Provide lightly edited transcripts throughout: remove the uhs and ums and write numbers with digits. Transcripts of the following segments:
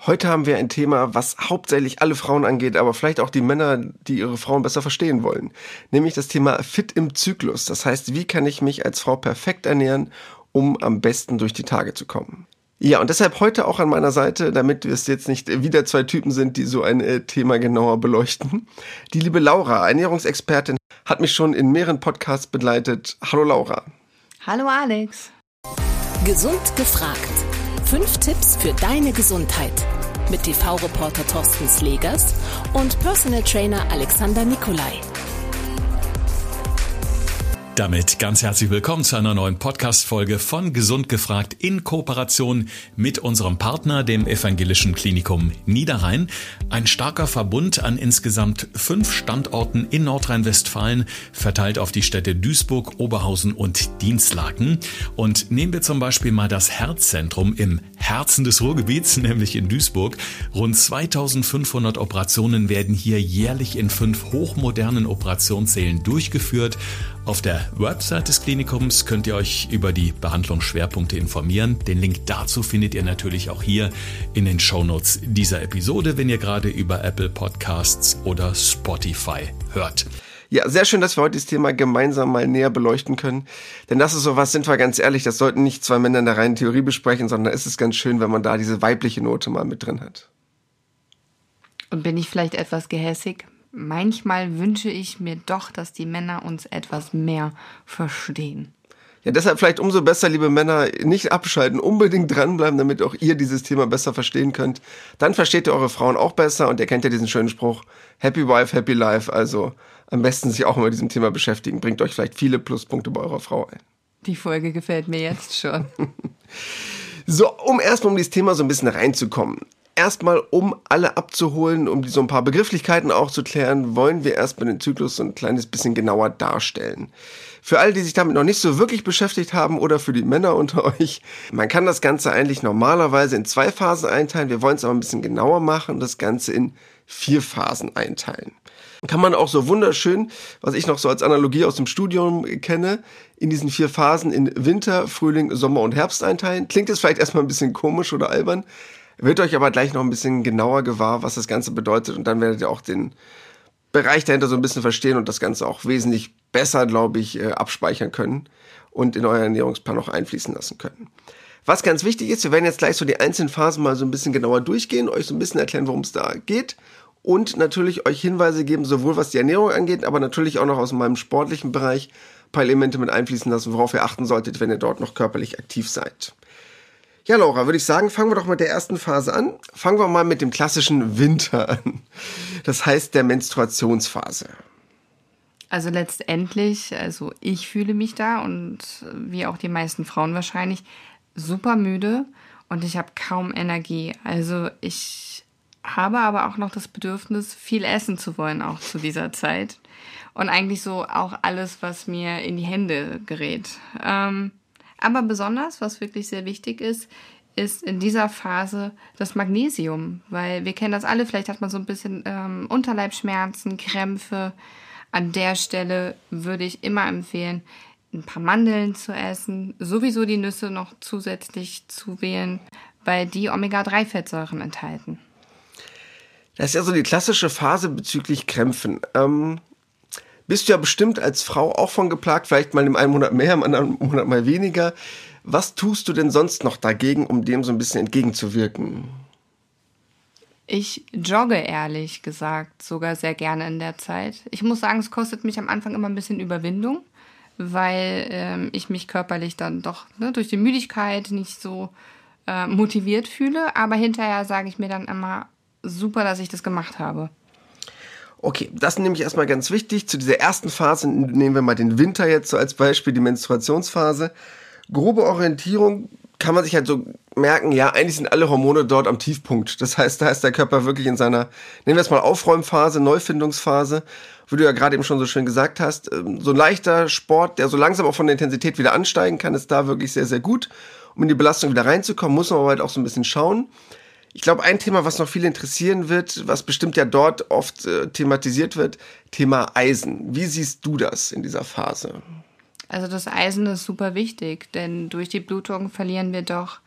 Heute haben wir ein Thema, was hauptsächlich alle Frauen angeht, aber vielleicht auch die Männer, die ihre Frauen besser verstehen wollen. Nämlich das Thema Fit im Zyklus. Das heißt, wie kann ich mich als Frau perfekt ernähren, um am besten durch die Tage zu kommen? Ja, und deshalb heute auch an meiner Seite, damit es jetzt nicht wieder zwei Typen sind, die so ein Thema genauer beleuchten. Die liebe Laura, Ernährungsexpertin, hat mich schon in mehreren Podcasts begleitet. Hallo Laura. Hallo Alex. Gesund gefragt. 5 Tipps für deine Gesundheit. Mit TV-Reporter Thorsten Slegers und Personal Trainer Alexander Nikolai. Damit ganz herzlich willkommen zu einer neuen Podcast-Folge von Gesund gefragt in Kooperation mit unserem Partner, dem Evangelischen Klinikum Niederrhein. Ein starker Verbund an insgesamt 5 Standorten in Nordrhein-Westfalen, verteilt auf die Städte Duisburg, Oberhausen und Dinslaken. Und nehmen wir zum Beispiel mal das Herzzentrum im Herzen des Ruhrgebiets, nämlich in Duisburg. Rund 2500 Operationen werden hier jährlich in 5 hochmodernen Operationssälen durchgeführt. Auf der Website des Klinikums könnt ihr euch über die Behandlungsschwerpunkte informieren. Den Link dazu findet ihr natürlich auch hier in den Shownotes dieser Episode, wenn ihr gerade über Apple Podcasts oder Spotify hört. Ja, sehr schön, dass wir heute das Thema gemeinsam mal näher beleuchten können. Denn das ist sowas, sind wir ganz ehrlich, das sollten nicht zwei Männer in der reinen Theorie besprechen, sondern da ist es ganz schön, wenn man da diese weibliche Note mal mit drin hat. Und bin ich vielleicht etwas gehässig? Manchmal wünsche ich mir doch, dass die Männer uns etwas mehr verstehen. Ja, deshalb vielleicht umso besser, liebe Männer, nicht abschalten, unbedingt dranbleiben, damit auch ihr dieses Thema besser verstehen könnt. Dann versteht ihr eure Frauen auch besser und ihr kennt ja diesen schönen Spruch, Happy Wife, Happy Life. Also am besten sich auch mit diesem Thema beschäftigen. Bringt euch vielleicht viele Pluspunkte bei eurer Frau ein. Die Folge gefällt mir jetzt schon. So, um dieses Thema so ein bisschen reinzukommen. Erstmal, um alle abzuholen, um so ein paar Begrifflichkeiten auch zu klären, wollen wir erstmal den Zyklus so ein kleines bisschen genauer darstellen. Für alle, die sich damit noch nicht so wirklich beschäftigt haben oder für die Männer unter euch, man kann das Ganze eigentlich normalerweise in 2 Phasen einteilen. Wir wollen es aber ein bisschen genauer machen und das Ganze in 4 Phasen einteilen. Kann man auch so wunderschön, was ich noch so als Analogie aus dem Studium kenne, in diesen 4 Phasen in Winter, Frühling, Sommer und Herbst einteilen. Klingt jetzt vielleicht erstmal ein bisschen komisch oder albern, wird euch aber gleich noch ein bisschen genauer gewahr, was das Ganze bedeutet und dann werdet ihr auch den Bereich dahinter so ein bisschen verstehen und das Ganze auch wesentlich besser, glaube ich, abspeichern können und in euer Ernährungsplan auch einfließen lassen können. Was ganz wichtig ist, wir werden jetzt gleich so die einzelnen Phasen mal so ein bisschen genauer durchgehen, euch so ein bisschen erklären, worum es da geht und natürlich euch Hinweise geben, sowohl was die Ernährung angeht, aber natürlich auch noch aus meinem sportlichen Bereich ein paar Elemente mit einfließen lassen, worauf ihr achten solltet, wenn ihr dort noch körperlich aktiv seid. Ja, Laura, würde ich sagen, fangen wir doch mit der ersten Phase an. Fangen wir mal mit dem klassischen Winter an. Das heißt der Menstruationsphase. Also letztendlich, ich fühle mich da und wie auch die meisten Frauen wahrscheinlich super müde und ich habe kaum Energie. Also ich habe aber auch noch das Bedürfnis, viel essen zu wollen, auch zu dieser Zeit. Und eigentlich so auch alles, was mir in die Hände gerät. Aber besonders, was wirklich sehr wichtig ist in dieser Phase das Magnesium. Weil wir kennen das alle, vielleicht hat man so ein bisschen Unterleibsschmerzen, Krämpfe. An der Stelle würde ich immer empfehlen, ein paar Mandeln zu essen, sowieso die Nüsse noch zusätzlich zu wählen, weil die Omega-3-Fettsäuren enthalten. Das ist ja so die klassische Phase bezüglich Krämpfen. Bist du ja bestimmt als Frau auch von geplagt, vielleicht mal im einen Monat mehr, im anderen Monat mal weniger. Was tust du denn sonst noch dagegen, um dem so ein bisschen entgegenzuwirken? Ich jogge ehrlich gesagt sogar sehr gerne in der Zeit. Ich muss sagen, es kostet mich am Anfang immer ein bisschen Überwindung, weil ich mich körperlich dann doch durch die Müdigkeit nicht so motiviert fühle. Aber hinterher sage ich mir dann immer, super, dass ich das gemacht habe. Okay, das nehme ich erstmal ganz wichtig. Zu dieser ersten Phase nehmen wir mal den Winter jetzt so als Beispiel, die Menstruationsphase. Grobe Orientierung kann man sich halt so merken, ja, eigentlich sind alle Hormone dort am Tiefpunkt. Das heißt, da ist der Körper wirklich in seiner, nehmen wir es mal Aufräumphase, Neufindungsphase, wie du ja gerade eben schon so schön gesagt hast. So ein leichter Sport, der so langsam auch von der Intensität wieder ansteigen kann, ist da wirklich sehr, sehr gut. Um in die Belastung wieder reinzukommen, muss man aber halt auch so ein bisschen schauen. Ich glaube, ein Thema, was noch viele interessieren wird, was bestimmt ja dort oft thematisiert wird, Thema Eisen. Wie siehst du das in dieser Phase? Also das Eisen ist super wichtig, denn durch die Blutung verlieren wir doch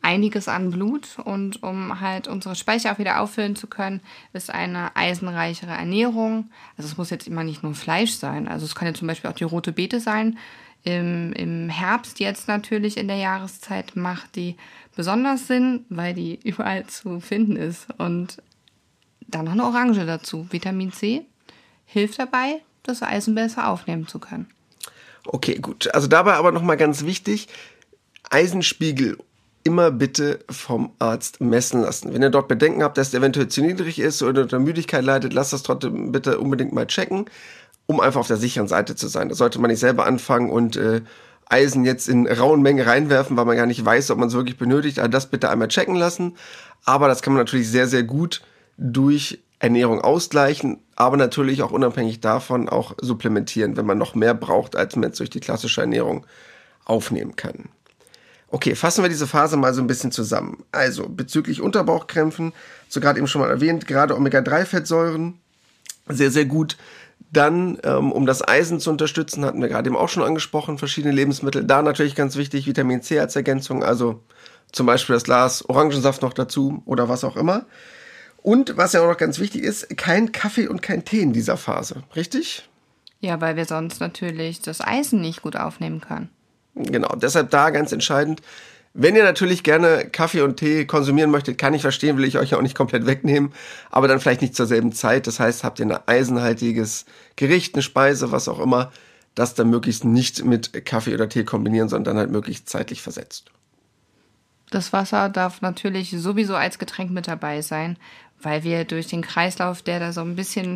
einiges an Blut und um halt unsere Speicher auch wieder auffüllen zu können, ist eine eisenreichere Ernährung. Also es muss jetzt immer nicht nur Fleisch sein, also es kann ja zum Beispiel auch die rote Beete sein. Im Herbst jetzt natürlich in der Jahreszeit macht die besonders Sinn, weil die überall zu finden ist. Und dann noch eine Orange dazu. Vitamin C hilft dabei, das Eisen besser aufnehmen zu können. Okay, gut. Also dabei aber nochmal ganz wichtig, Eisenspiegel immer bitte vom Arzt messen lassen. Wenn ihr dort Bedenken habt, dass der eventuell zu niedrig ist oder unter Müdigkeit leidet, lasst das trotzdem bitte unbedingt mal checken, um einfach auf der sicheren Seite zu sein. Da sollte man nicht selber anfangen und Eisen jetzt in rauen Mengen reinwerfen, weil man gar nicht weiß, ob man es wirklich benötigt. Also das bitte einmal checken lassen. Aber das kann man natürlich sehr, sehr gut durch Ernährung ausgleichen, aber natürlich auch unabhängig davon auch supplementieren, wenn man noch mehr braucht, als man jetzt durch die klassische Ernährung aufnehmen kann. Okay, fassen wir diese Phase mal so ein bisschen zusammen. Also bezüglich Unterbauchkrämpfen, so gerade eben schon mal erwähnt, gerade Omega-3-Fettsäuren, sehr, sehr gut. Dann, um das Eisen zu unterstützen, hatten wir gerade eben auch schon angesprochen, verschiedene Lebensmittel. Da natürlich ganz wichtig, Vitamin C als Ergänzung, also zum Beispiel das Glas Orangensaft noch dazu oder was auch immer. Und was ja auch noch ganz wichtig ist, kein Kaffee und kein Tee in dieser Phase, richtig? Ja, weil wir sonst natürlich das Eisen nicht gut aufnehmen können. Genau, deshalb da ganz entscheidend. Wenn ihr natürlich gerne Kaffee und Tee konsumieren möchtet, kann ich verstehen, will ich euch auch nicht komplett wegnehmen, aber dann vielleicht nicht zur selben Zeit. Das heißt, habt ihr ein eisenhaltiges Gericht, eine Speise, was auch immer, das dann möglichst nicht mit Kaffee oder Tee kombinieren, sondern dann halt möglichst zeitlich versetzt. Das Wasser darf natürlich sowieso als Getränk mit dabei sein, weil wir durch den Kreislauf, der da so ein bisschen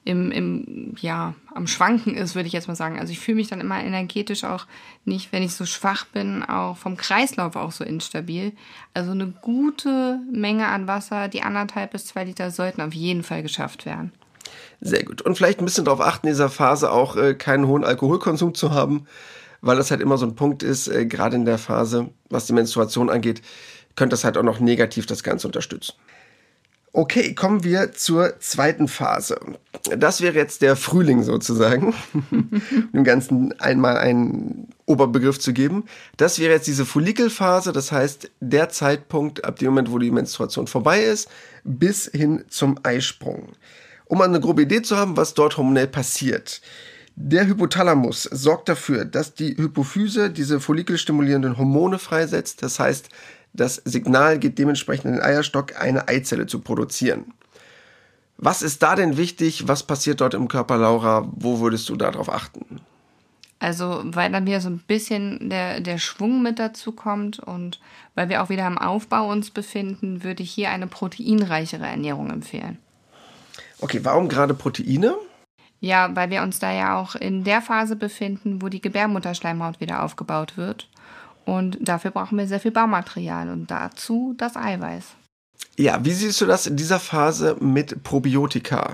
am Schwanken ist, würde ich jetzt mal sagen. Also ich fühle mich dann immer energetisch auch nicht, wenn ich so schwach bin, auch vom Kreislauf auch so instabil. Also eine gute Menge an Wasser, die 1,5 bis 2 Liter, sollten auf jeden Fall geschafft werden. Sehr gut. Und vielleicht ein bisschen darauf achten, in dieser Phase auch keinen hohen Alkoholkonsum zu haben, weil das halt immer so ein Punkt ist, gerade in der Phase, was die Menstruation angeht, könnte das halt auch noch negativ das Ganze unterstützen. Okay, kommen wir zur zweiten Phase. Das wäre jetzt der Frühling sozusagen, um dem Ganzen einmal einen Oberbegriff zu geben. Das wäre jetzt diese Follikelphase, das heißt der Zeitpunkt ab dem Moment, wo die Menstruation vorbei ist, bis hin zum Eisprung. Um mal eine grobe Idee zu haben, was dort hormonell passiert. Der Hypothalamus sorgt dafür, dass die Hypophyse diese follikelstimulierenden Hormone freisetzt. Das heißt, das Signal geht dementsprechend in den Eierstock, eine Eizelle zu produzieren. Was ist da denn wichtig? Was passiert dort im Körper, Laura? Wo würdest du darauf achten? Also, weil dann wieder so ein bisschen der Schwung mit dazu kommt und weil wir auch wieder im Aufbau uns befinden, würde ich hier eine proteinreichere Ernährung empfehlen. Okay, warum gerade Proteine? Ja, weil wir uns da ja auch in der Phase befinden, wo die Gebärmutterschleimhaut wieder aufgebaut wird. Und dafür brauchen wir sehr viel Baumaterial und dazu das Eiweiß. Ja, wie siehst du das in dieser Phase mit Probiotika?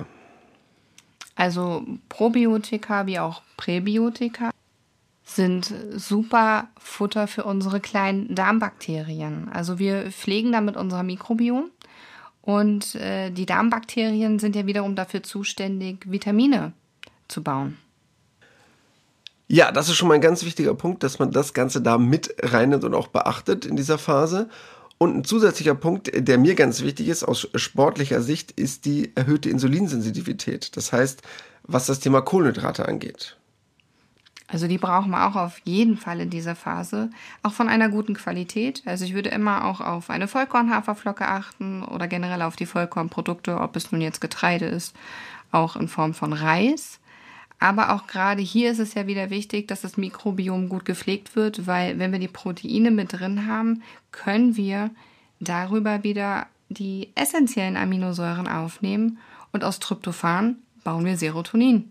Also Probiotika wie auch Präbiotika sind super Futter für unsere kleinen Darmbakterien. Also wir pflegen damit unser Mikrobiom und die Darmbakterien sind ja wiederum dafür zuständig, Vitamine zu bauen. Ja, das ist schon mal ein ganz wichtiger Punkt, dass man das Ganze da mit reinnimmt und auch beachtet in dieser Phase. Und ein zusätzlicher Punkt, der mir ganz wichtig ist aus sportlicher Sicht, ist die erhöhte Insulinsensitivität. Das heißt, was das Thema Kohlenhydrate angeht. Also die brauchen wir auch auf jeden Fall in dieser Phase, auch von einer guten Qualität. Also ich würde immer auch auf eine Vollkornhaferflocke achten oder generell auf die Vollkornprodukte, ob es nun jetzt Getreide ist, auch in Form von Reis. Aber auch gerade hier ist es ja wieder wichtig, dass das Mikrobiom gut gepflegt wird, weil wenn wir die Proteine mit drin haben, können wir darüber wieder die essentiellen Aminosäuren aufnehmen und aus Tryptophan bauen wir Serotonin.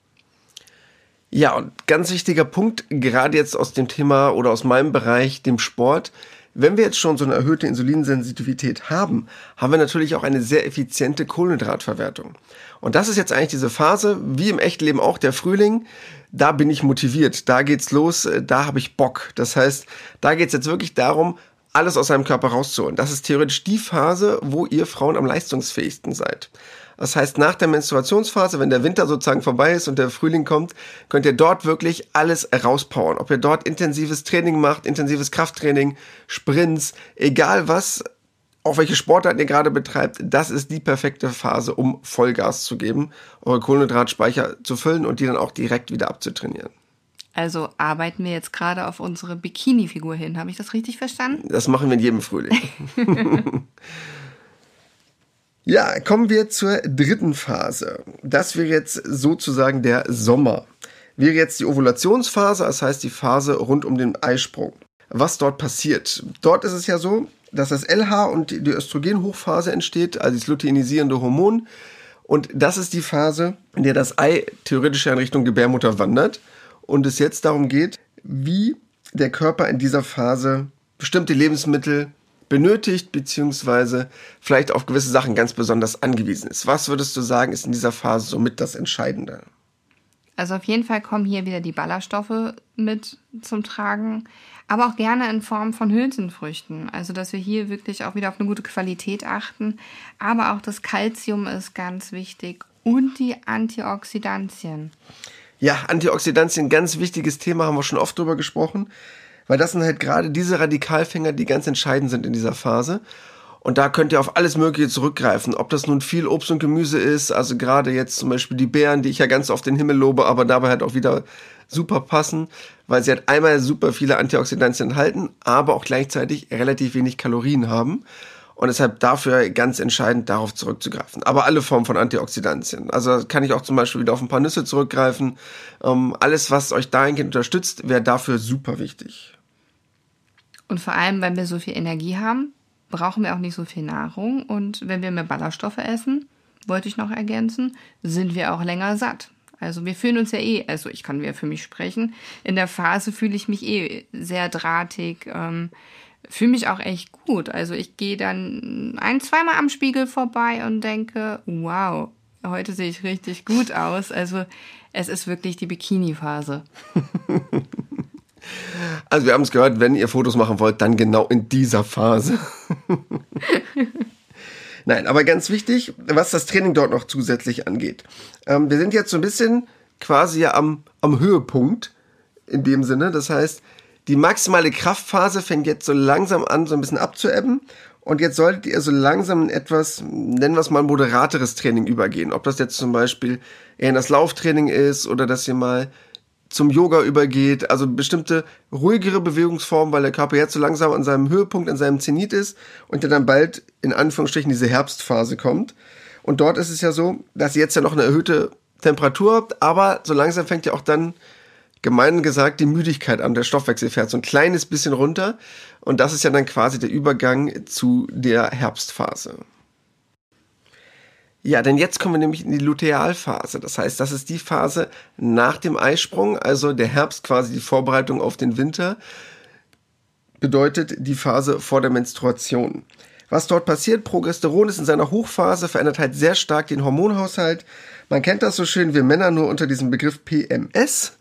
Ja, und ganz wichtiger Punkt, gerade jetzt aus dem Thema oder aus meinem Bereich, dem Sport. Wenn wir jetzt schon so eine erhöhte Insulinsensitivität haben, haben wir natürlich auch eine sehr effiziente Kohlenhydratverwertung. Und das ist jetzt eigentlich diese Phase, wie im Echtleben auch der Frühling, da bin ich motiviert, da geht's los, da habe ich Bock. Das heißt, da geht's jetzt wirklich darum, alles aus seinem Körper rauszuholen. Das ist theoretisch die Phase, wo ihr Frauen am leistungsfähigsten seid. Das heißt, nach der Menstruationsphase, wenn der Winter sozusagen vorbei ist und der Frühling kommt, könnt ihr dort wirklich alles rauspowern. Ob ihr dort intensives Training macht, intensives Krafttraining, Sprints, egal was, auch welche Sportart ihr gerade betreibt, das ist die perfekte Phase, um Vollgas zu geben, eure Kohlenhydratspeicher zu füllen und die dann auch direkt wieder abzutrainieren. Also arbeiten wir jetzt gerade auf unsere Bikini-Figur hin. Habe ich das richtig verstanden? Das machen wir in jedem Frühling. Ja, kommen wir zur dritten Phase. Das wäre jetzt sozusagen der Sommer. Wäre jetzt die Ovulationsphase, das heißt die Phase rund um den Eisprung. Was dort passiert? Dort ist es ja so, dass das LH und die Östrogenhochphase entsteht, also das luteinisierende Hormon. Und das ist die Phase, in der das Ei theoretisch in Richtung Gebärmutter wandert und es jetzt darum geht, wie der Körper in dieser Phase bestimmte Lebensmittel benötigt, beziehungsweise vielleicht auf gewisse Sachen ganz besonders angewiesen ist. Was würdest du sagen, ist in dieser Phase somit das Entscheidende? Also auf jeden Fall kommen hier wieder die Ballaststoffe mit zum Tragen, aber auch gerne in Form von Hülsenfrüchten. Also dass wir hier wirklich auch wieder auf eine gute Qualität achten. Aber auch das Calcium ist ganz wichtig und die Antioxidantien. Ja, Antioxidantien, ganz wichtiges Thema, haben wir schon oft drüber gesprochen, weil das sind halt gerade diese Radikalfänger, die ganz entscheidend sind in dieser Phase. Und da könnt ihr auf alles Mögliche zurückgreifen, ob das nun viel Obst und Gemüse ist, also gerade jetzt zum Beispiel die Beeren, die ich ja ganz oft den Himmel lobe, aber dabei halt auch wieder super passen, weil sie halt einmal super viele Antioxidantien enthalten, aber auch gleichzeitig relativ wenig Kalorien haben. Und deshalb dafür ganz entscheidend darauf zurückzugreifen. Aber alle Formen von Antioxidantien. Also kann ich auch zum Beispiel wieder auf ein paar Nüsse zurückgreifen. Alles, was euch dahingehend unterstützt, wäre dafür super wichtig. Und vor allem, wenn wir so viel Energie haben, brauchen wir auch nicht so viel Nahrung. Und wenn wir mehr Ballaststoffe essen, wollte ich noch ergänzen, sind wir auch länger satt. Also wir fühlen uns ja also ich kann wieder für mich sprechen, in der Phase fühle ich mich sehr drahtig, fühle mich auch echt gut. Also ich gehe dann zweimal am Spiegel vorbei und denke, wow, heute sehe ich richtig gut aus. Also es ist wirklich die Bikini-Phase. Also wir haben es gehört, wenn ihr Fotos machen wollt, dann genau in dieser Phase. Nein, aber ganz wichtig, was das Training dort noch zusätzlich angeht. Wir sind jetzt so ein bisschen quasi ja am Höhepunkt in dem Sinne. Das heißt, die maximale Kraftphase fängt jetzt so langsam an, so ein bisschen abzuebben. Und jetzt solltet ihr so langsam in etwas, nennen wir es mal, moderateres Training übergehen. Ob das jetzt zum Beispiel eher in das Lauftraining ist oder dass ihr mal zum Yoga übergeht. Also bestimmte ruhigere Bewegungsformen, weil der Körper jetzt so langsam an seinem Höhepunkt, an seinem Zenit ist und der dann bald in Anführungsstrichen diese Herbstphase kommt. Und dort ist es ja so, dass ihr jetzt ja noch eine erhöhte Temperatur habt, aber so langsam fängt ja auch dann gemein gesagt die Müdigkeit an, der Stoffwechsel fährt so ein kleines bisschen runter und das ist ja dann quasi der Übergang zu der Herbstphase. Ja, denn jetzt kommen wir nämlich in die Lutealphase, das heißt, das ist die Phase nach dem Eisprung, also der Herbst quasi die Vorbereitung auf den Winter, bedeutet die Phase vor der Menstruation. Was dort passiert, Progesteron ist in seiner Hochphase, verändert halt sehr stark den Hormonhaushalt. Man kennt das so schön, wir Männer nur unter diesem Begriff PMS.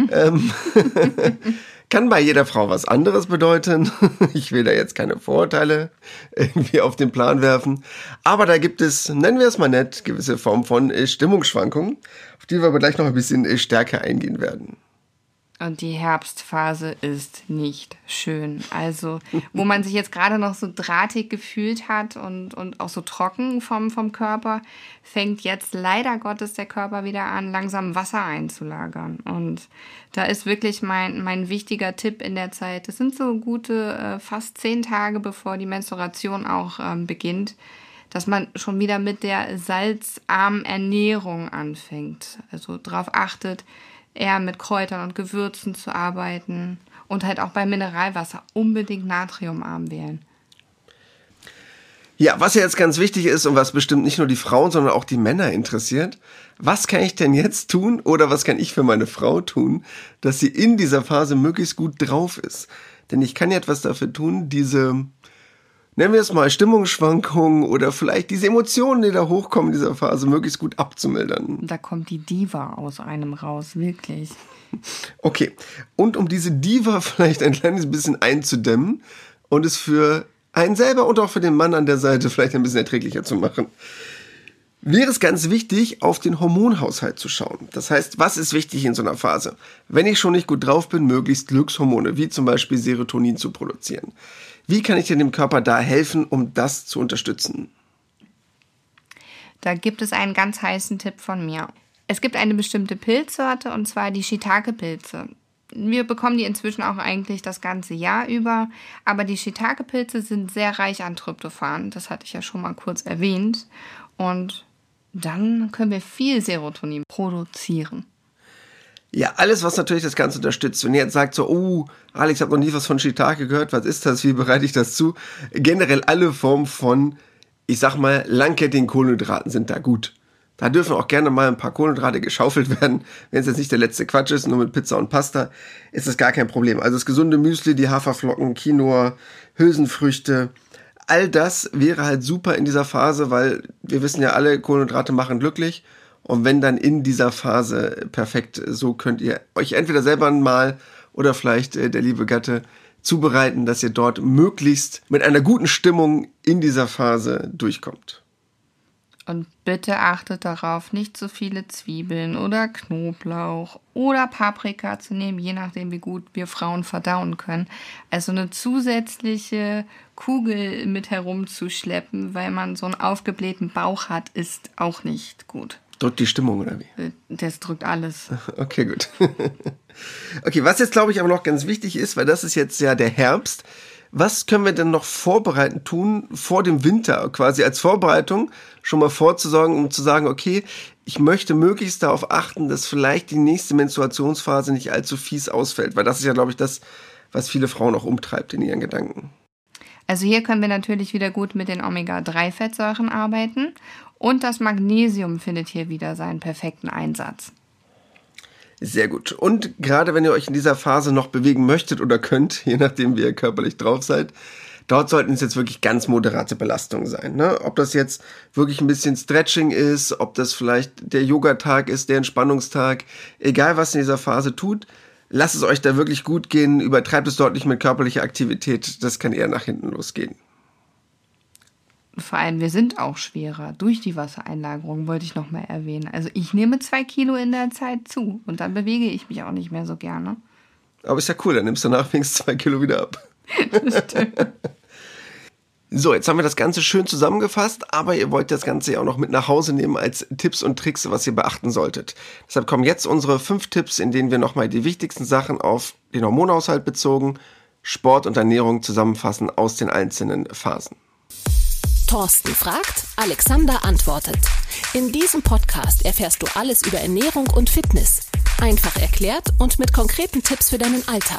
Kann bei jeder Frau was anderes bedeuten. Ich will da jetzt keine Vorurteile irgendwie auf den Plan werfen. Aber da gibt es, nennen wir es mal nett, gewisse Formen von Stimmungsschwankungen, auf die wir aber gleich noch ein bisschen stärker eingehen werden. Und die Herbstphase ist nicht schön. Also, wo man sich jetzt gerade noch so drahtig gefühlt hat und auch so trocken vom Körper, fängt jetzt leider Gottes der Körper wieder an, langsam Wasser einzulagern. Und da ist wirklich mein wichtiger Tipp in der Zeit. Das sind so gute fast 10 Tage, bevor die Menstruation auch beginnt, dass man schon wieder mit der salzarmen Ernährung anfängt. Also darauf achtet, eher mit Kräutern und Gewürzen zu arbeiten und halt auch bei Mineralwasser unbedingt natriumarm wählen. Ja, was ja jetzt ganz wichtig ist und was bestimmt nicht nur die Frauen, sondern auch die Männer interessiert, was kann ich denn jetzt tun oder was kann ich für meine Frau tun, dass sie in dieser Phase möglichst gut drauf ist? Denn ich kann ja etwas dafür tun, diese, nennen wir es mal, Stimmungsschwankungen oder vielleicht diese Emotionen, die da hochkommen in dieser Phase, möglichst gut abzumildern. Da kommt die Diva aus einem raus, wirklich. Okay, und um diese Diva vielleicht ein kleines bisschen einzudämmen und es für einen selber und auch für den Mann an der Seite vielleicht ein bisschen erträglicher zu machen, wäre es ganz wichtig, auf den Hormonhaushalt zu schauen. Das heißt, was ist wichtig in so einer Phase? Wenn ich schon nicht gut drauf bin, möglichst Glückshormone, wie zum Beispiel Serotonin zu produzieren. Wie kann ich denn dem Körper da helfen, um das zu unterstützen? Da gibt es einen ganz heißen Tipp von mir. Es gibt eine bestimmte Pilzsorte, und zwar die Shiitake-Pilze. Wir bekommen die inzwischen auch eigentlich das ganze Jahr über, aber die Shiitake-Pilze sind sehr reich an Tryptophan, das hatte ich ja schon mal kurz erwähnt, und dann können wir viel Serotonin produzieren. Ja, alles, was natürlich das Ganze unterstützt. Wenn ihr jetzt sagt so, oh, Alex, ich habe noch nie was von Shiitake gehört, was ist das, wie bereite ich das zu? Generell alle Formen von, ich sag mal, langkettigen Kohlenhydraten sind da gut. Da dürfen auch gerne mal ein paar Kohlenhydrate geschaufelt werden. Wenn es jetzt nicht der letzte Quatsch ist, nur mit Pizza und Pasta, ist das gar kein Problem. Also das gesunde Müsli, die Haferflocken, Quinoa, Hülsenfrüchte, all das wäre halt super in dieser Phase, weil wir wissen ja alle, Kohlenhydrate machen glücklich. Und wenn dann in dieser Phase perfekt, so könnt ihr euch entweder selber mal oder vielleicht der liebe Gatte zubereiten, dass ihr dort möglichst mit einer guten Stimmung in dieser Phase durchkommt. Und bitte achtet darauf, nicht so viele Zwiebeln oder Knoblauch oder Paprika zu nehmen, je nachdem, wie gut wir Frauen verdauen können. Also eine zusätzliche Kugel mit herumzuschleppen, weil man so einen aufgeblähten Bauch hat, ist auch nicht gut. Drückt die Stimmung, oder wie? Das drückt alles. Okay, gut. Okay, was jetzt, glaube ich, aber noch ganz wichtig ist, weil das ist jetzt ja der Herbst. Was können wir denn noch vorbereitend tun vor dem Winter, quasi als Vorbereitung schon mal vorzusorgen, um zu sagen, okay, ich möchte möglichst darauf achten, dass vielleicht die nächste Menstruationsphase nicht allzu fies ausfällt, weil das ist ja, glaube ich, das, was viele Frauen auch umtreibt in ihren Gedanken. Also hier können wir natürlich wieder gut mit den Omega-3-Fettsäuren arbeiten, und das Magnesium findet hier wieder seinen perfekten Einsatz. Sehr gut. Und gerade wenn ihr euch in dieser Phase noch bewegen möchtet oder könnt, je nachdem wie ihr körperlich drauf seid, dort sollten es jetzt wirklich ganz moderate Belastungen sein. Ne? Ob das jetzt wirklich ein bisschen Stretching ist, ob das vielleicht der Yogatag ist, der Entspannungstag, egal was in dieser Phase tut, lasst es euch da wirklich gut gehen, übertreibt es dort nicht mit körperlicher Aktivität, das kann eher nach hinten losgehen. Vor allem, wir sind auch schwerer durch die Wassereinlagerung, wollte ich nochmal erwähnen. Also ich nehme 2 Kilo in der Zeit zu und dann bewege ich mich auch nicht mehr so gerne. Aber ist ja cool, dann nimmst du danach wenigstens 2 Kilo wieder ab. Das stimmt. So, jetzt haben wir das Ganze schön zusammengefasst, aber ihr wollt das Ganze ja auch noch mit nach Hause nehmen als Tipps und Tricks, was ihr beachten solltet. Deshalb kommen jetzt unsere 5 Tipps, in denen wir nochmal die wichtigsten Sachen auf den Hormonhaushalt bezogen, Sport und Ernährung zusammenfassen aus den einzelnen Phasen. Thorsten fragt, Alexander antwortet. In diesem Podcast erfährst du alles über Ernährung und Fitness. Einfach erklärt und mit konkreten Tipps für deinen Alltag.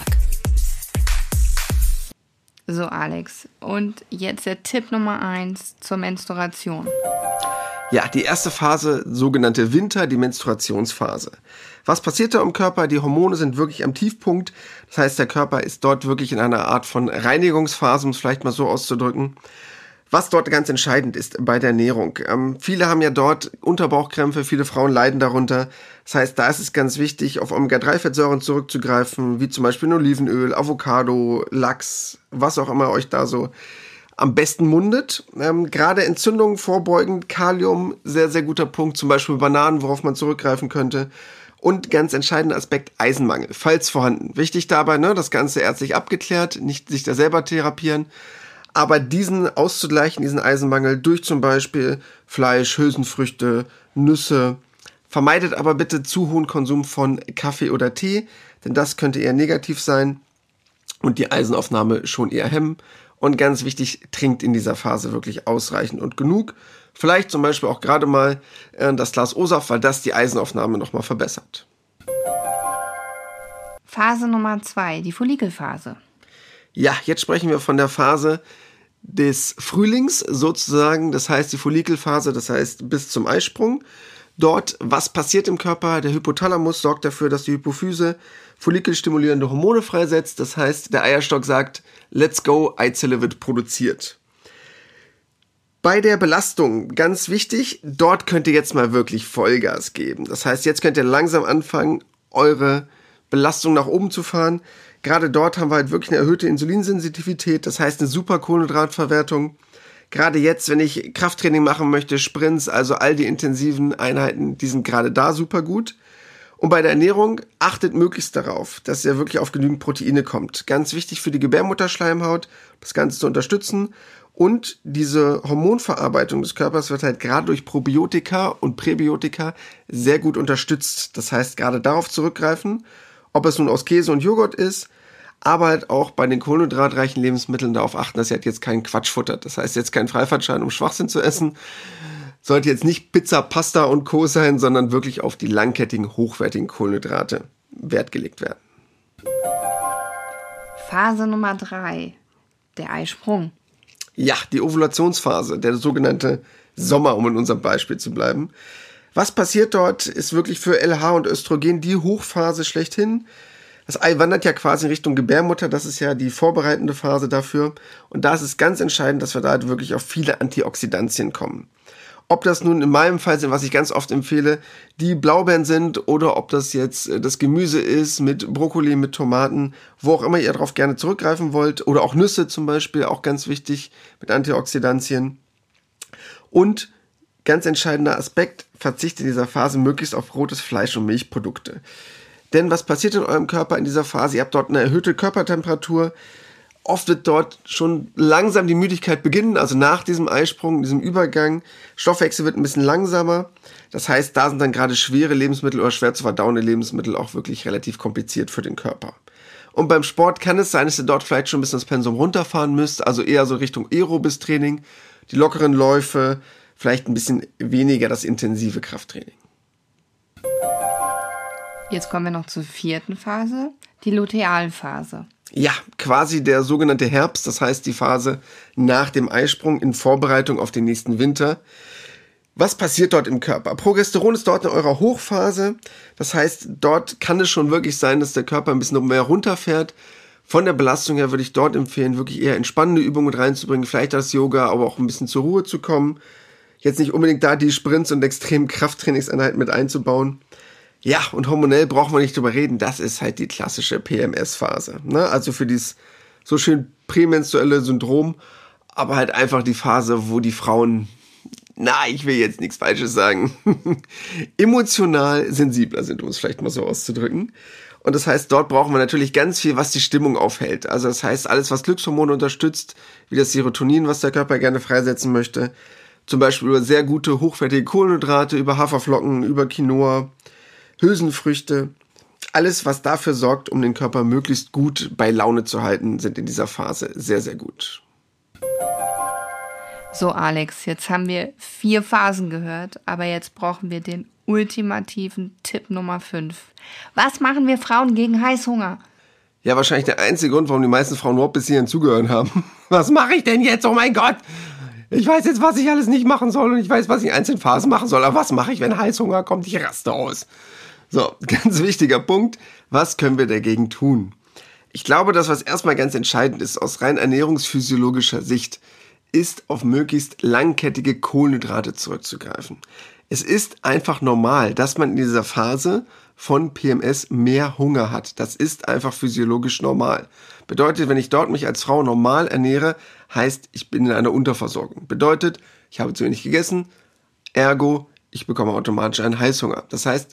So, Alex, und jetzt der Tipp Nummer 1 zur Menstruation. Ja, die erste Phase, sogenannte Winter, die Menstruationsphase. Was passiert da im Körper? Die Hormone sind wirklich am Tiefpunkt. Das heißt, der Körper ist dort wirklich in einer Art von Reinigungsphase, um es vielleicht mal so auszudrücken. Was dort ganz entscheidend ist bei der Ernährung. Viele haben ja dort Unterbauchkrämpfe, viele Frauen leiden darunter. Das heißt, da ist es ganz wichtig, auf Omega-3-Fettsäuren zurückzugreifen, wie zum Beispiel Olivenöl, Avocado, Lachs, was auch immer euch da so am besten mundet. Gerade Entzündungen vorbeugend, Kalium, sehr, sehr guter Punkt. Zum Beispiel Bananen, worauf man zurückgreifen könnte. Und ganz entscheidender Aspekt, Eisenmangel, falls vorhanden. Wichtig dabei, das Ganze ärztlich abgeklärt, nicht sich da selber therapieren. Aber diesen auszugleichen, diesen Eisenmangel durch zum Beispiel Fleisch, Hülsenfrüchte, Nüsse. Vermeidet aber bitte zu hohen Konsum von Kaffee oder Tee, denn das könnte eher negativ sein und die Eisenaufnahme schon eher hemmen. Und ganz wichtig, trinkt in dieser Phase wirklich ausreichend und genug. Vielleicht zum Beispiel auch gerade mal das Glas O-Saft, weil das die Eisenaufnahme nochmal verbessert. Phase Nummer 2, die Follikelphase. Ja, jetzt sprechen wir von der Phase des Frühlings sozusagen, das heißt die Follikelphase, das heißt bis zum Eisprung. Dort, was passiert im Körper? Der Hypothalamus sorgt dafür, dass die Hypophyse follikelstimulierende Hormone freisetzt. Das heißt, der Eierstock sagt, let's go, Eizelle wird produziert. Bei der Belastung, ganz wichtig, dort könnt ihr jetzt mal wirklich Vollgas geben. Das heißt, jetzt könnt ihr langsam anfangen, eure Belastung nach oben zu fahren. Gerade dort haben wir halt wirklich eine erhöhte Insulinsensitivität, das heißt eine super Kohlenhydratverwertung. Gerade jetzt, wenn ich Krafttraining machen möchte, Sprints, also all die intensiven Einheiten, die sind gerade da super gut. Und bei der Ernährung achtet möglichst darauf, dass ihr wirklich auf genügend Proteine kommt. Ganz wichtig für die Gebärmutterschleimhaut, das Ganze zu unterstützen. Und diese Hormonverarbeitung des Körpers wird halt gerade durch Probiotika und Präbiotika sehr gut unterstützt. Das heißt, gerade darauf zurückgreifen, ob es nun aus Käse und Joghurt ist, aber halt auch bei den kohlenhydratreichen Lebensmitteln darauf achten, dass ihr halt jetzt keinen Quatsch futtert. Das heißt, jetzt kein Freifahrtschein, um Schwachsinn zu essen. Sollte jetzt nicht Pizza, Pasta und Co. sein, sondern wirklich auf die langkettigen, hochwertigen Kohlenhydrate Wert gelegt werden. Phase Nummer 3, der Eisprung. Ja, die Ovulationsphase, der sogenannte Sommer, um in unserem Beispiel zu bleiben. Was passiert dort, ist wirklich für LH und Östrogen die Hochphase schlechthin. Das Ei wandert ja quasi in Richtung Gebärmutter, das ist ja die vorbereitende Phase dafür. Und da ist es ganz entscheidend, dass wir da halt wirklich auf viele Antioxidantien kommen. Ob das nun in meinem Fall sind, was ich ganz oft empfehle, die Blaubeeren sind oder ob das jetzt das Gemüse ist mit Brokkoli, mit Tomaten, wo auch immer ihr darauf gerne zurückgreifen wollt. Oder auch Nüsse zum Beispiel, auch ganz wichtig mit Antioxidantien. Und ganz entscheidender Aspekt, verzichtet in dieser Phase möglichst auf rotes Fleisch und Milchprodukte. Denn was passiert in eurem Körper in dieser Phase? Ihr habt dort eine erhöhte Körpertemperatur. Oft wird dort schon langsam die Müdigkeit beginnen, also nach diesem Eisprung, diesem Übergang. Stoffwechsel wird ein bisschen langsamer. Das heißt, da sind dann gerade schwere Lebensmittel oder schwer zu verdauende Lebensmittel auch wirklich relativ kompliziert für den Körper. Und beim Sport kann es sein, dass ihr dort vielleicht schon ein bisschen das Pensum runterfahren müsst, also eher so Richtung aerobes Training, die lockeren Läufe, vielleicht ein bisschen weniger das intensive Krafttraining. Jetzt kommen wir noch zur 4. Phase, die Lutealphase. Ja, quasi der sogenannte Herbst, das heißt die Phase nach dem Eisprung in Vorbereitung auf den nächsten Winter. Was passiert dort im Körper? Progesteron ist dort in eurer Hochphase, das heißt, dort kann es schon wirklich sein, dass der Körper ein bisschen mehr runterfährt. Von der Belastung her würde ich dort empfehlen, wirklich eher entspannende Übungen mit reinzubringen, vielleicht das Yoga, aber auch ein bisschen zur Ruhe zu kommen. Jetzt nicht unbedingt da die Sprints und extremen Krafttrainingseinheiten mit einzubauen. Ja, und hormonell brauchen wir nicht drüber reden, das ist halt die klassische PMS-Phase. Ne? Also für dieses so schön prämenstruelle Syndrom, aber halt einfach die Phase, wo die Frauen, ich will jetzt nichts Falsches sagen, emotional sensibler sind, um es vielleicht mal so auszudrücken. Und das heißt, dort brauchen wir natürlich ganz viel, was die Stimmung aufhält. Also das heißt, alles, was Glückshormone unterstützt, wie das Serotonin, was der Körper gerne freisetzen möchte, zum Beispiel über sehr gute, hochwertige Kohlenhydrate, über Haferflocken, über Quinoa, Hülsenfrüchte, alles, was dafür sorgt, um den Körper möglichst gut bei Laune zu halten, sind in dieser Phase sehr, sehr gut. So, Alex, jetzt haben wir 4 Phasen gehört, aber jetzt brauchen wir den ultimativen Tipp Nummer 5. Was machen wir Frauen gegen Heißhunger? Ja, wahrscheinlich der einzige Grund, warum die meisten Frauen überhaupt bis hierhin zugehört haben. Was mache ich denn jetzt? Oh mein Gott! Ich weiß jetzt, was ich alles nicht machen soll und ich weiß, was ich in einzelnen Phasen machen soll. Aber was mache ich, wenn Heißhunger kommt? Ich raste aus. So, ganz wichtiger Punkt. Was können wir dagegen tun? Ich glaube, das, was erstmal ganz entscheidend ist, aus rein ernährungsphysiologischer Sicht, ist auf möglichst langkettige Kohlenhydrate zurückzugreifen. Es ist einfach normal, dass man in dieser Phase von PMS mehr Hunger hat. Das ist einfach physiologisch normal. Bedeutet, wenn ich dort mich als Frau normal ernähre, heißt, ich bin in einer Unterversorgung. Bedeutet, ich habe zu wenig gegessen, ergo, ich bekomme automatisch einen Heißhunger. Das heißt,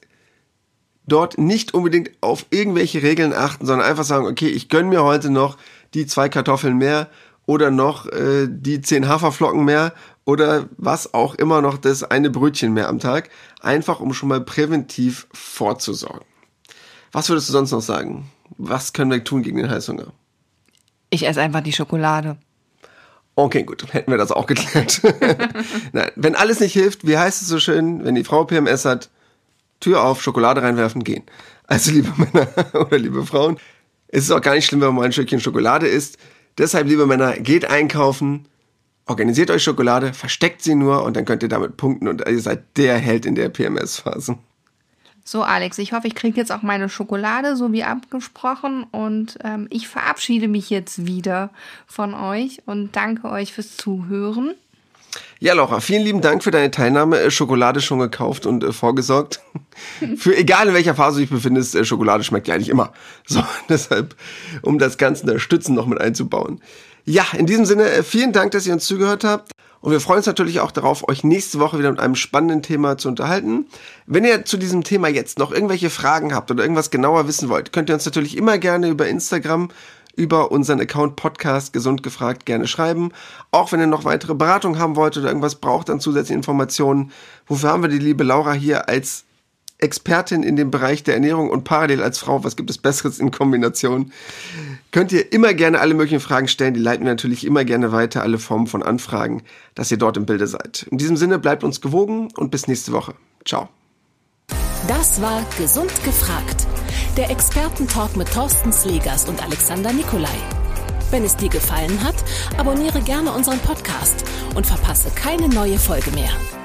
dort nicht unbedingt auf irgendwelche Regeln achten, sondern einfach sagen, okay, ich gönne mir heute noch die 2 Kartoffeln mehr oder noch die 10 Haferflocken mehr oder was auch immer noch das eine Brötchen mehr am Tag, einfach um schon mal präventiv vorzusorgen. Was würdest du sonst noch sagen? Was können wir tun gegen den Heißhunger? Ich esse einfach die Schokolade. Okay, gut, hätten wir das auch geklärt. Nein, wenn alles nicht hilft, wie heißt es so schön, wenn die Frau PMS hat, Tür auf, Schokolade reinwerfen, gehen. Also liebe Männer oder liebe Frauen, es ist auch gar nicht schlimm, wenn man ein Stückchen Schokolade isst. Deshalb, liebe Männer, geht einkaufen, organisiert euch Schokolade, versteckt sie nur und dann könnt ihr damit punkten und ihr seid der Held in der PMS-Phase. So, Alex, ich hoffe, ich kriege jetzt auch meine Schokolade, so wie abgesprochen. Und ich verabschiede mich jetzt wieder von euch und danke euch fürs Zuhören. Ja, Laura, vielen lieben Dank für deine Teilnahme. Schokolade schon gekauft und vorgesorgt. Für egal in welcher Phase du dich befindest, Schokolade schmeckt ja eigentlich immer. So, deshalb, um das Ganze unterstützen noch mit einzubauen. Ja, in diesem Sinne, vielen Dank, dass ihr uns zugehört habt. Und wir freuen uns natürlich auch darauf, euch nächste Woche wieder mit einem spannenden Thema zu unterhalten. Wenn ihr zu diesem Thema jetzt noch irgendwelche Fragen habt oder irgendwas genauer wissen wollt, könnt ihr uns natürlich immer gerne über Instagram, über unseren Account Podcast Gesund gefragt gerne schreiben. Auch wenn ihr noch weitere Beratung haben wollt oder irgendwas braucht an zusätzlichen Informationen. Wofür haben wir die liebe Laura hier als Expertin in dem Bereich der Ernährung und parallel als Frau? Was gibt es Besseres in Kombination? Könnt ihr immer gerne alle möglichen Fragen stellen. Die leiten wir natürlich immer gerne weiter, alle Formen von Anfragen, dass ihr dort im Bilde seid. In diesem Sinne, bleibt uns gewogen und bis nächste Woche. Ciao. Das war Gesund gefragt. Der Experten-Talk mit Thorsten Slegers und Alexander Nikolai. Wenn es dir gefallen hat, abonniere gerne unseren Podcast und verpasse keine neue Folge mehr.